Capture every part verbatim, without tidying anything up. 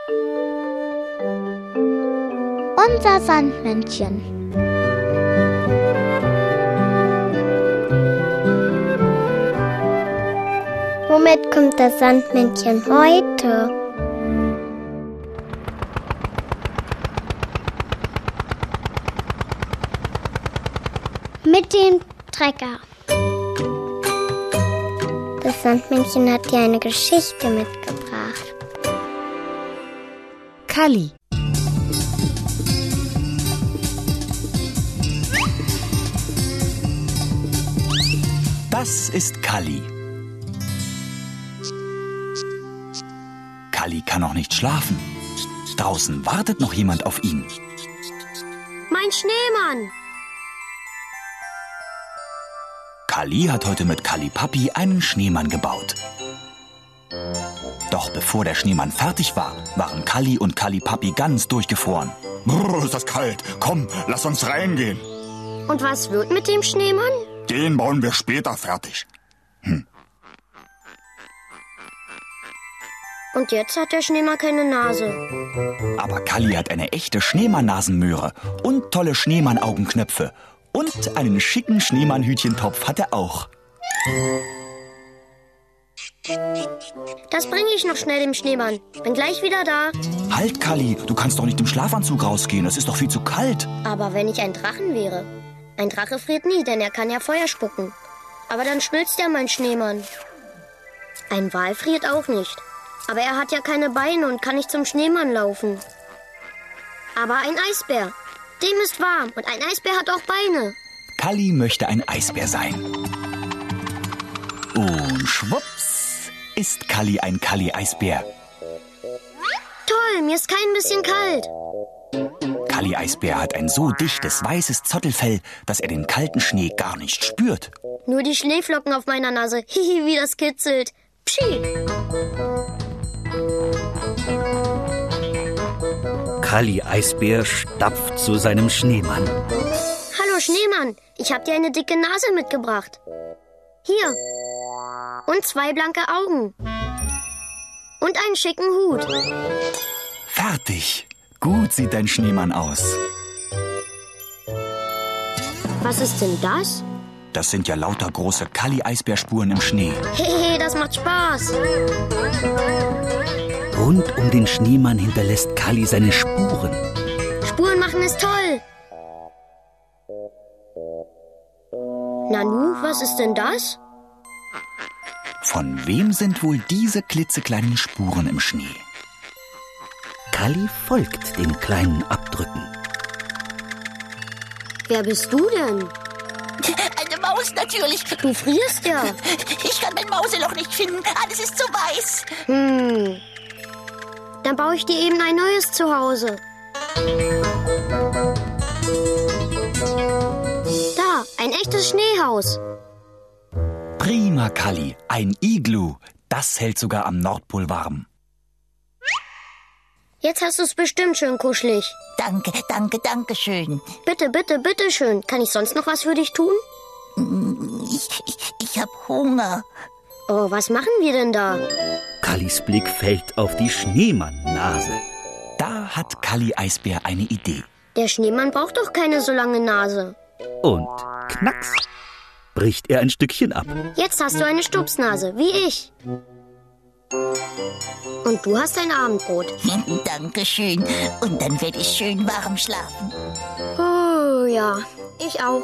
Unser Sandmännchen. Womit kommt das Sandmännchen heute? Mit dem Trecker. Das Sandmännchen hat dir eine Geschichte mitgebracht. Kalli. Das ist Kalli. Kalli kann noch nicht schlafen. Draußen wartet noch jemand auf ihn. Mein Schneemann! Kalli hat heute mit Kalli Papi einen Schneemann gebaut. Doch bevor der Schneemann fertig war, waren Kalli und Kalli Papi ganz durchgefroren. Brrr, ist das kalt. Komm, lass uns reingehen. Und was wird mit dem Schneemann? Den bauen wir später fertig. Hm. Und jetzt hat der Schneemann keine Nase. Aber Kalli hat eine echte Schneemann-Nasenmöhre und tolle Schneemann-Augenknöpfe. Und einen schicken Schneemann-Hütchentopf hat er auch. Das bringe ich noch schnell dem Schneemann. Bin gleich wieder da. Halt, Kalli, du kannst doch nicht im Schlafanzug rausgehen. Es ist doch viel zu kalt. Aber wenn ich ein Drachen wäre. Ein Drache friert nie, denn er kann ja Feuer spucken. Aber dann schmilzt ja mein Schneemann. Ein Wal friert auch nicht. Aber er hat ja keine Beine und kann nicht zum Schneemann laufen. Aber ein Eisbär, dem ist warm und ein Eisbär hat auch Beine. Kalli möchte ein Eisbär sein. Und schwupps ist Kalli ein Kalli-Eisbär. Toll, mir ist kein bisschen kalt. Kalli-Eisbär hat ein so dichtes, weißes Zottelfell, dass er den kalten Schnee gar nicht spürt. Nur die Schneeflocken auf meiner Nase. Hihi, wie das kitzelt. Pschi. Kalli-Eisbär stapft zu seinem Schneemann. Hallo Schneemann, ich hab dir eine dicke Nase mitgebracht. Hier. Und zwei blanke Augen. Und einen schicken Hut. Fertig. Gut sieht dein Schneemann aus. Was ist denn das? Das sind ja lauter große Kalli-Eisbärspuren im Schnee. Hehe, das macht Spaß. Rund um den Schneemann hinterlässt Kalli seine Spuren. Spuren machen ist toll. Nanu, was ist denn das? Von wem sind wohl diese klitzekleinen Spuren im Schnee? Kalli folgt den kleinen Abdrücken. Wer bist du denn? Eine Maus natürlich. Du frierst ja. Ich kann mein Mauseloch nicht finden. Alles ist so weiß. Hm. Dann baue ich dir eben ein neues Zuhause. Da, ein echtes Schneehaus. Prima, Kalli. Ein Iglu. Das hält sogar am Nordpol warm. Jetzt hast du es bestimmt schön kuschelig. Danke, danke, danke schön. Bitte, bitte, bitte schön. Kann ich sonst noch was für dich tun? Ich, ich, ich hab Hunger. Oh, was machen wir denn da? Kallis Blick fällt auf die Schneemann-Nase. Da hat Kalli-Eisbär eine Idee. Der Schneemann braucht doch keine so lange Nase. Und knacks bricht er ein Stückchen ab. Jetzt hast du eine Stupsnase, wie ich. Und du hast ein Abendbrot. Dankeschön. Und dann werde ich schön warm schlafen. Oh ja, ich auch.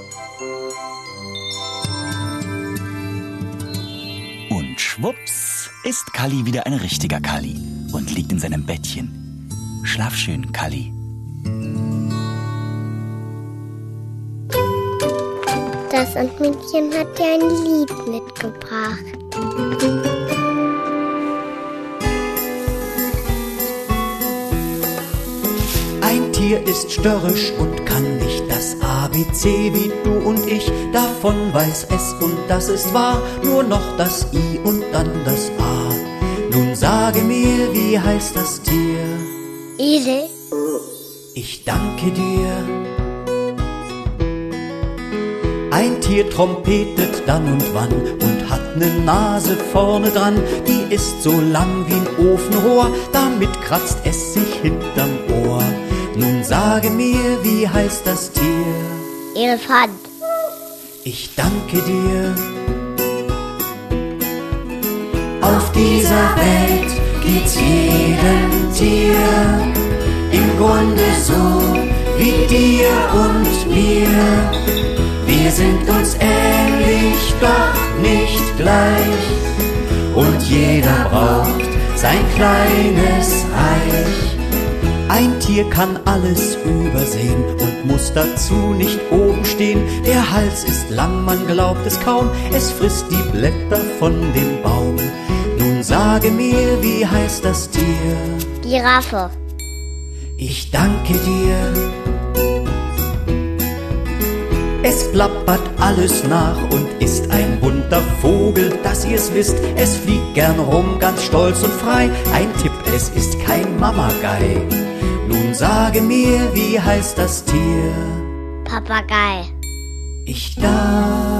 Und schwupps ist Kalli wieder ein richtiger Kalli und liegt in seinem Bettchen. Schlaf schön, Kalli. Das Sandmännchen hat dir ein Lied mitgebracht. Ein Tier ist störrisch und kann nicht das A B C wie du und ich. Davon weiß es und das ist wahr, nur noch das I und dann das A. Nun sage mir, wie heißt das Tier? Esel. Ich danke dir. Ein Tier trompetet dann und wann und hat ne Nase vorne dran, die ist so lang wie ein Ofenrohr, damit kratzt es sich hinterm Ohr. Nun sage mir, wie heißt das Tier? Elefant. Ich danke dir. Auf dieser Welt geht's jedem Tier im Grunde so wie dir und mir. Wir sind uns ähnlich, doch nicht gleich. Und jeder braucht sein kleines Reich. Ein Tier kann alles übersehen und muss dazu nicht oben stehen. Der Hals ist lang, man glaubt es kaum, es frisst die Blätter von dem Baum. Nun sage mir, wie heißt das Tier? Giraffe. Ich danke dir. Es plappert alles nach und ist ein bunter Vogel, dass ihr's wisst. Es fliegt gern rum, ganz stolz und frei. Ein Tipp, es ist kein Mamagei. Nun sage mir, wie heißt das Tier? Papagei. Ich danke